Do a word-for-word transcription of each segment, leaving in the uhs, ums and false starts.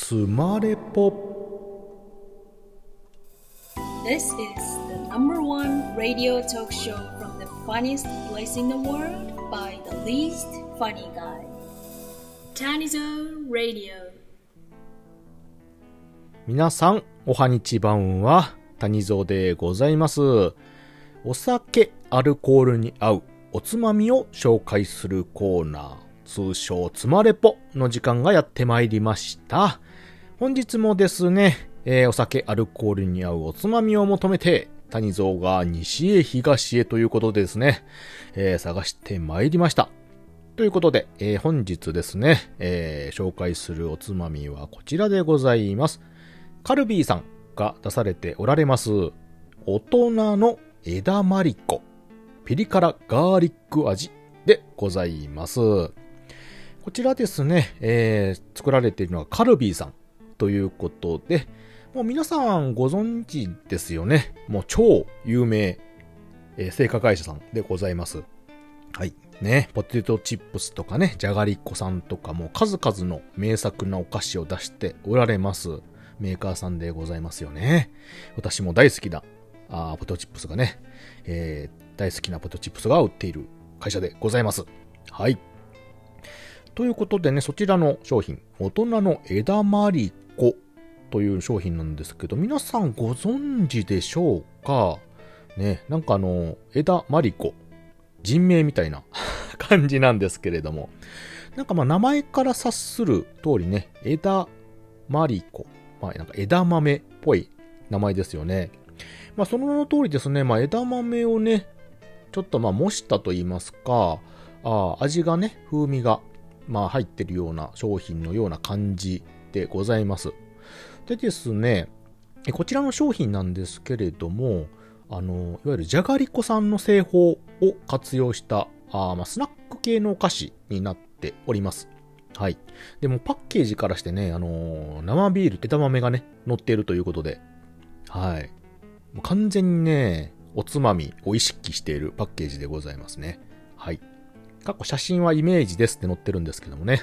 つまれぽ。 This is the number one radio talk show from the funniest place in the world by the least funny guy. Tanizo Radio. 皆さんおはにちばんは谷蔵でございます。お酒アルコールに合うおつまみを紹介するコーナー、通称つまれぽの時間がやってまいりました。本日もですね、えー、お酒アルコールに合うおつまみを求めて谷蔵が西へ東へということでですね、えー、探してまいりました。ということで、えー、本日ですね、えー、紹介するおつまみはこちらでございます。カルビーさんが出されておられます大人の枝マリコピリ辛ガーリック味でございます。こちらですね、えー、作られているのはカルビーさんということで、もう皆さんご存知ですよね。もう超有名、えー、製菓会社さんでございます。はい。ね、ポテトチップスとかね、じゃがりこさんとかも数々の名作なお菓子を出しておられますメーカーさんでございますよね。私も大好きなあポテトチップスがね、えー、大好きなポテトチップスが売っている会社でございます。はい。ということでね、そちらの商品、大人の枝マリコという商品なんですけど、皆さんご存知でしょうかね、なんかあの、枝マリコ、人名みたいな感じなんですけれども、なんかまあ名前から察する通りね、枝マリコ、まあなんか枝豆っぽい名前ですよね。まあその名の通りですね、まあ枝豆をね、ちょっとまあ模したと言いますか、あ味がね、風味がまあ入ってるような商品のような感じでございます。でですね、こちらの商品なんですけれども、あの、いわゆるじゃがりこさんの製法を活用したあまあスナック系のお菓子になっております。はい。でもパッケージからしてね、あのー、生ビール、枝豆がね、乗っているということで、はい。もう完全にね、おつまみを意識しているパッケージでございますね。はい。過去写真はイメージですって載ってるんですけどもね。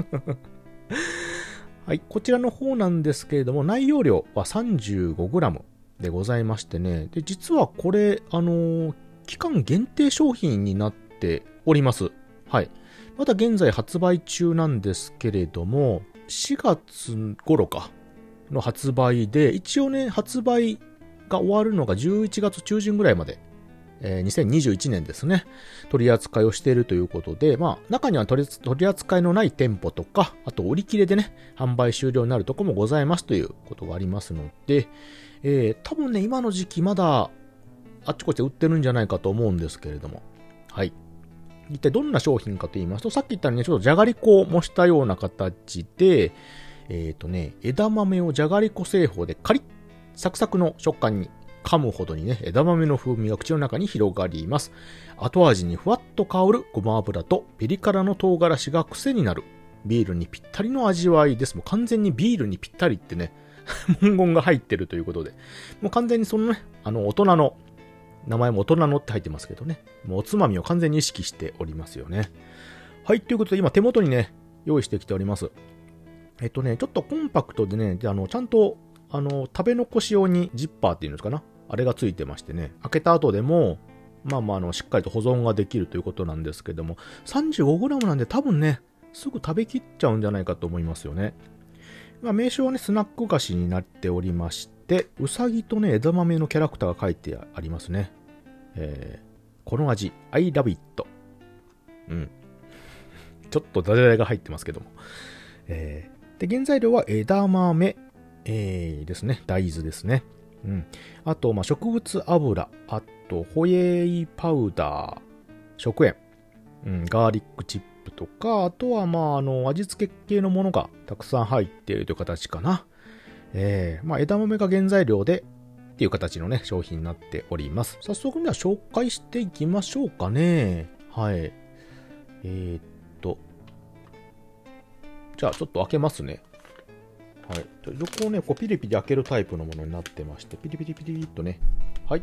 はい。こちらの方なんですけれども、内容量は さんじゅうごグラム でございましてね。で、実はこれ、あのー、期間限定商品になっております。はい。まだ現在発売中なんですけれども、しがつ頃かの発売で、一応ね、発売が終わるのがじゅういちがつちゅうじゅんぐらいまで、えー、にせんにじゅういちねんですね、取り扱いをしているということで、まあ、中には取り、取り扱いのない店舗とか、あと売り切れでね、販売終了になるところもございますということがありますので、えー、多分ね、今の時期まだあっちこっちで売ってるんじゃないかと思うんですけれども、はい。一体どんな商品かと言いますと、さっき言ったようにね、ちょっとじゃがりこを模したような形で、えっとね、枝豆をじゃがりこ製法でカリッ、サクサクの食感に噛むほどにね、枝豆の風味が口の中に広がります。後味にふわっと香るごま油とピリ辛の唐辛子が癖になる。ビールにぴったりの味わいです。もう完全にビールにぴったりってね、文言が入ってるということで、もう完全にそのね、あの大人の、名前も大人のって入ってますけどね。もうおつまみを完全に意識しておりますよね。はい、ということで今手元にね、用意してきております。えっとね、ちょっとコンパクトでね、であの、ちゃんと、あの、食べ残し用にジッパーっていうんですかな。あれがついてましてね、開けた後でも、まあまあ、あの、しっかりと保存ができるということなんですけども、さんじゅうごグラム なんで多分ね、すぐ食べきっちゃうんじゃないかと思いますよね。まあ、名称はね、スナック菓子になっておりまして、うさぎとね、枝豆のキャラクターが書いてありますね。えー、この味、I love it。うん。ちょっとダジャレが入ってますけども。えー、で、原材料は枝豆、えー、ですね。大豆ですね。うん。あと、まあ、植物油、あと、ホエイパウダー、食塩、うん、ガーリックチップとか、あとは、まあ、あの、味付け系のものがたくさん入っているという形かな。えー、まあ、枝豆が原材料で、っていう形のね、商品になっております。早速では紹介していきましょうかね。はい。えー、っと。じゃあ、ちょっと開けますね。はい。横をね、こうピリピリ開けるタイプのものになってまして、ピリピリピリっとね。はい。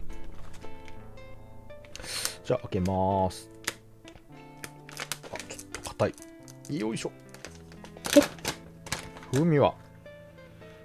じゃあ、開けまーす。あ、ちょっと硬い。よいしょ。ほっ。風味は、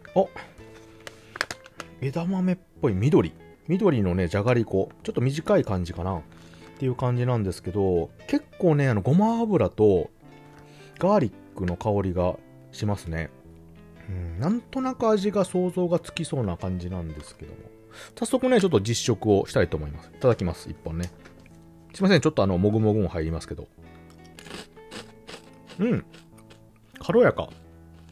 あ、枝豆っぽい緑。緑のね、じゃがりこ。ちょっと短い感じかなっていう感じなんですけど、結構ね、あの、ごま油とガーリックの香りがしますね。うん、なんとなく味が想像がつきそうな感じなんですけども。早速ね、ちょっと実食をしたいと思います。いただきます、一本ね。すいません、ちょっとあの、もぐもぐも入りますけど。うん。軽やか。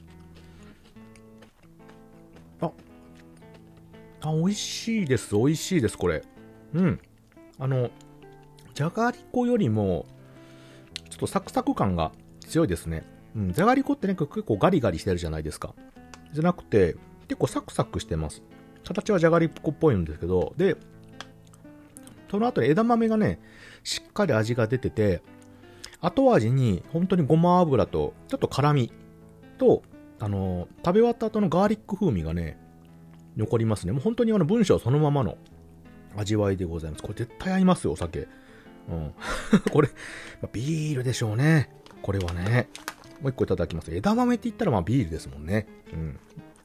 あ、あ、美味しいです、美味しいです、これ。うん。あの、じゃがりこよりも、ちょっとサクサク感が強いですね。うん、じゃがりこってね、結構ガリガリしてるじゃないですか。じゃなくて、結構サクサクしてます。形はじゃがりこっぽいんですけど、で、その後に枝豆がね、しっかり味が出てて、後味に本当にごま油と、ちょっと辛味と、あの、食べ終わった後のガーリック風味がね、残りますね。もう本当にあの文章そのままの味わいでございます。これ絶対合いますよ、お酒。うん。これ、ビールでしょうね。これはね。もう一個いただきます。枝豆って言ったらまあビールですもんね。うん。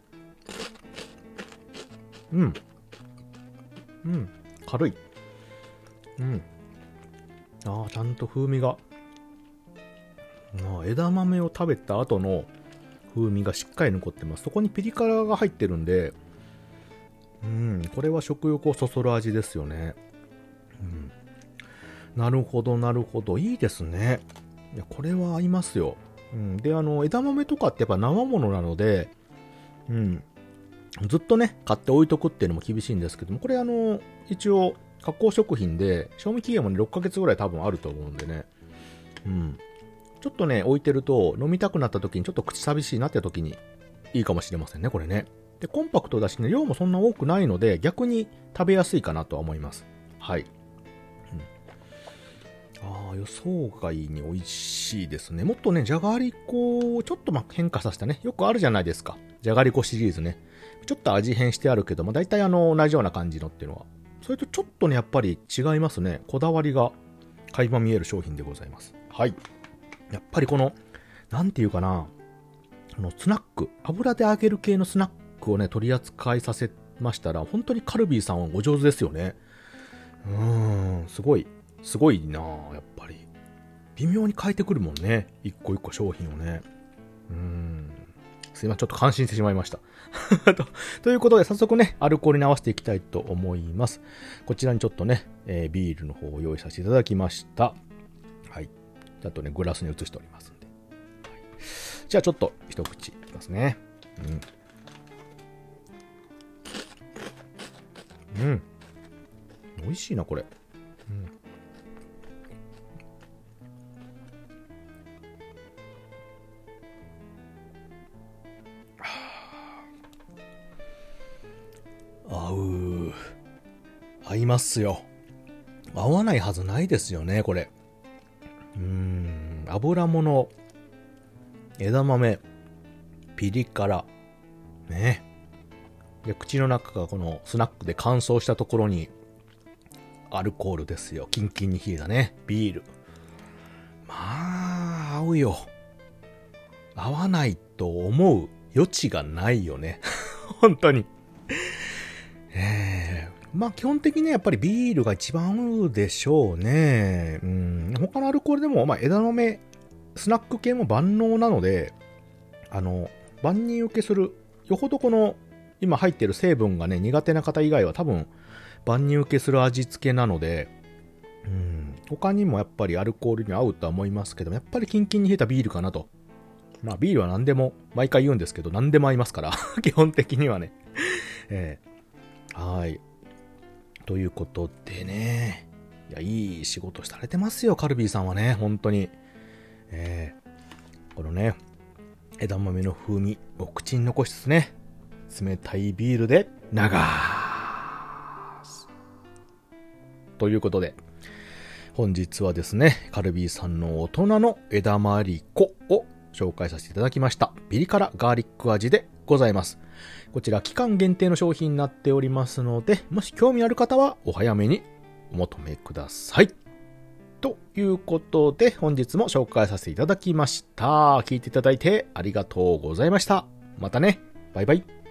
うん。うん。軽い。うん。ああ、ちゃんと風味が。ああ、枝豆を食べた後の風味がしっかり残ってます。そこにピリ辛が入ってるんで、うん、これは食欲をそそる味ですよね。うん。なるほど、なるほど。いいですね。いや、これは合いますよ。うん。で、あの、枝豆とかってやっぱ生物なので、うん。ずっとね、買って置いとくっていうのも厳しいんですけども、これあの、一応、加工食品で、賞味期限も、ね、ろっかげつぐらい多分あると思うんでね。うん。ちょっとね、置いてると、飲みたくなった時にちょっと口寂しいなって時に、いいかもしれませんね、これね。で、コンパクトだしね、量もそんな多くないので、逆に食べやすいかなとは思います。はい。ああ、予想外に美味しいですね。もっとね、じゃがりこをちょっとま変化させたね。よくあるじゃないですか。じゃがりこシリーズね。ちょっと味変してあるけども、大体あの、同じような感じのっていうのは。それとちょっとね、やっぱり違いますね。こだわりが垣間見える商品でございます。はい。やっぱりこの、なんていうかな、あの、スナック、油で揚げる系のスナックをね、取り扱いさせましたら、本当にカルビーさんはお上手ですよね。うーん、すごい。すごいなぁ、やっぱり。微妙に変えてくるもんね。一個一個商品をね。うーん。すいません、ちょっと感心してしまいました。と, ということで、早速ね、アルコールに合わせていきたいと思います。こちらにちょっとね、えー、ビールの方を用意させていただきました。はい。あとね、グラスに移しておりますんで。はい、じゃあちょっと一口いきますね。うん。うん。美味しいな、これ。うん。合う。合いますよ。合わないはずないですよね、これ。うーん。油物、枝豆、ピリ辛。ね。で、口の中がこのスナックで乾燥したところに、アルコールですよ。キンキンに冷えたね。ビール。まあ、合うよ。合わないと思う余地がないよね。本当に。えー、まあ基本的にはやっぱりビールが一番合うでしょうね。うん、他のアルコールでも、まあ枝豆、スナック系も万能なので、あの、万人受けする、よほどこの、今入ってる成分がね、苦手な方以外は多分、万人受けする味付けなので、うん、他にもやっぱりアルコールに合うとは思いますけども、やっぱりキンキンに冷えたビールかなと。まあビールは何でも、毎回言うんですけど、何でも合いますから、基本的にはね。えーはい。ということでね。いや、いい仕事されてますよ、カルビーさんはね。本当に。えー、このね、枝豆の風味を口に残しつつね、冷たいビールで流す。ということで、本日はですね、カルビーさんの大人の枝まりこを紹介させていただきました。ピリ辛ガーリック味でございます。こちら期間限定の商品になっておりますので、もし興味ある方はお早めにお求めください。ということで、本日も紹介させていただきました。聞いていただいてありがとうございました。またね。バイバイ。